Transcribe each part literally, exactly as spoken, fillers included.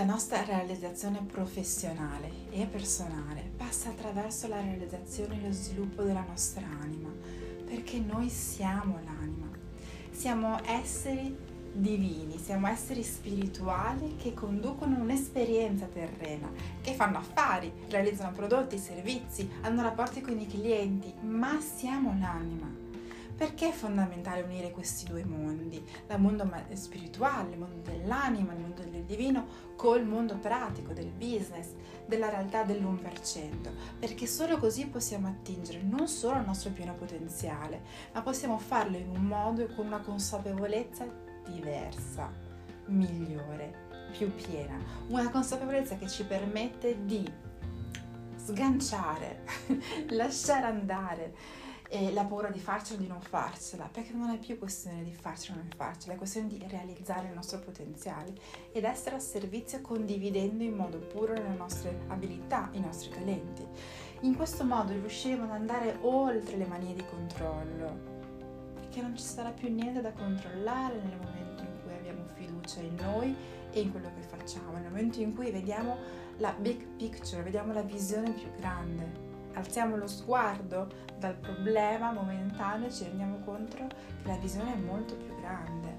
La nostra realizzazione professionale e personale passa attraverso la realizzazione e lo sviluppo della nostra anima, perché noi siamo l'anima. Siamo esseri divini, siamo esseri spirituali che conducono un'esperienza terrena, che fanno affari, realizzano prodotti, servizi, hanno rapporti con i clienti, ma siamo l'anima. Perché è fondamentale unire questi due mondi, il mondo spirituale, il mondo dell'anima, il mondo del divino, col mondo pratico, del business, della realtà dell'uno per cento? Perché solo così possiamo attingere non solo il nostro pieno potenziale, ma possiamo farlo in un modo e con una consapevolezza diversa, migliore, più piena. Una consapevolezza che ci permette di sganciare, lasciare andare e la paura di farcela o di non farcela, perché non è più questione di farcela o non farcela, è questione di realizzare il nostro potenziale ed essere a servizio condividendo in modo puro le nostre abilità, i nostri talenti. In questo modo riusciremo ad andare oltre le manie di controllo, perché non ci sarà più niente da controllare nel momento in cui abbiamo fiducia in noi e in quello che facciamo, nel momento in cui vediamo la big picture, vediamo la visione più grande. Alziamo lo sguardo dal problema momentaneo e ci rendiamo conto che la visione è molto più grande.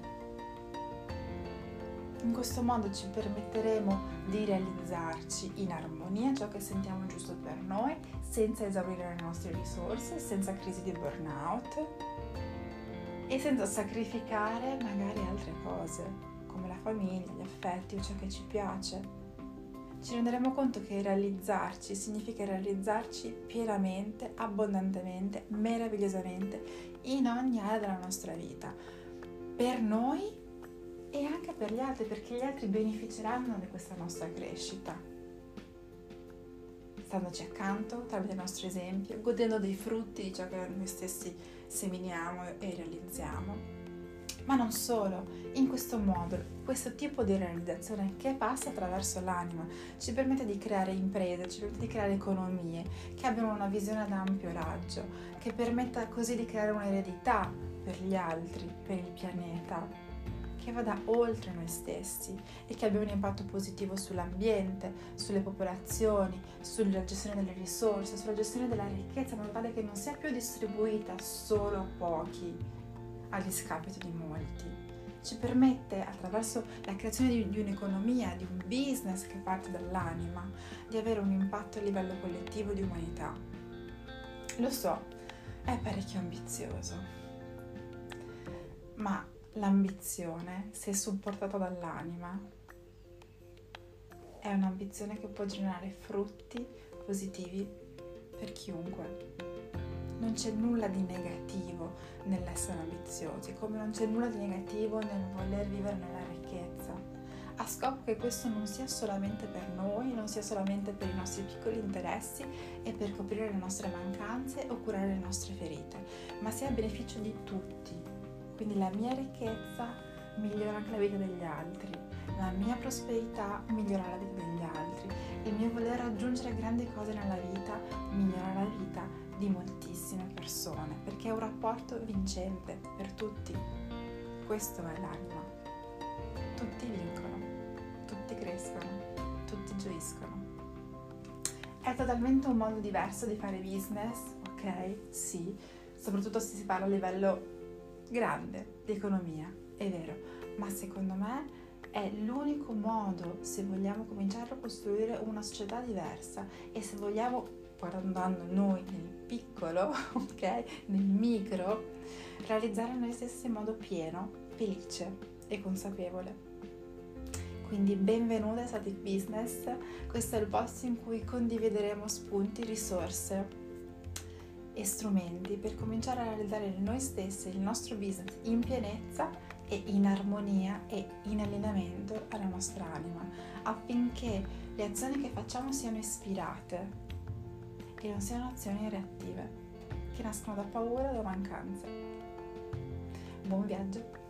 In questo modo ci permetteremo di realizzarci in armonia ciò che sentiamo giusto per noi, senza esaurire le nostre risorse, senza crisi di burnout e senza sacrificare magari altre cose, come la famiglia, gli affetti o ciò che ci piace. Ci renderemo conto che realizzarci significa realizzarci pienamente, abbondantemente, meravigliosamente in ogni area della nostra vita, per noi e anche per gli altri, perché gli altri beneficeranno di questa nostra crescita, standoci accanto tramite il nostro esempio, godendo dei frutti di ciò che noi stessi seminiamo e realizziamo. Ma non solo, in questo modo, questo tipo di realizzazione che passa attraverso l'anima ci permette di creare imprese, ci permette di creare economie che abbiano una visione ad ampio raggio, che permetta così di creare un'eredità per gli altri, per il pianeta, che vada oltre noi stessi e che abbia un impatto positivo sull'ambiente, sulle popolazioni, sulla gestione delle risorse, sulla gestione della ricchezza, in modo tale che non sia più distribuita solo a pochi, a discapito di molti. Ci permette, attraverso la creazione di, di un'economia, di un business che parte dall'anima, di avere un impatto a livello collettivo di umanità. Lo so, è parecchio ambizioso, ma l'ambizione, se supportata dall'anima, è un'ambizione che può generare frutti positivi per chiunque. Non c'è nulla di negativo nell'essere ambiziosi, come non c'è nulla di negativo nel voler vivere nella ricchezza, a scopo che questo non sia solamente per noi, non sia solamente per i nostri piccoli interessi e per coprire le nostre mancanze o curare le nostre ferite, ma sia a beneficio di tutti. Quindi la mia ricchezza migliora anche la vita degli altri, la mia prosperità migliora la vita degli altri, il mio voler raggiungere grandi cose nella vita migliora la vita di moltissime persone, perché è un rapporto vincente per tutti. Questo è l'anima. Tutti vincono, tutti crescono, tutti gioiscono. È totalmente un modo diverso di fare business, ok? Sì, soprattutto se si parla a livello grande di economia, è vero, ma secondo me è l'unico modo se vogliamo cominciare a costruire una società diversa e se vogliamo, guardando noi nel piccolo, ok, nel micro, realizzare noi stessi in modo pieno, felice e consapevole. Quindi benvenuti a Static Business, questo è il posto in cui condivideremo spunti, risorse e strumenti per cominciare a realizzare noi stessi, il nostro business in pienezza e in armonia e in allineamento alla nostra anima, affinché le azioni che facciamo siano ispirate e non siano azioni reattive, che nascono da paura o da mancanze. Buon viaggio!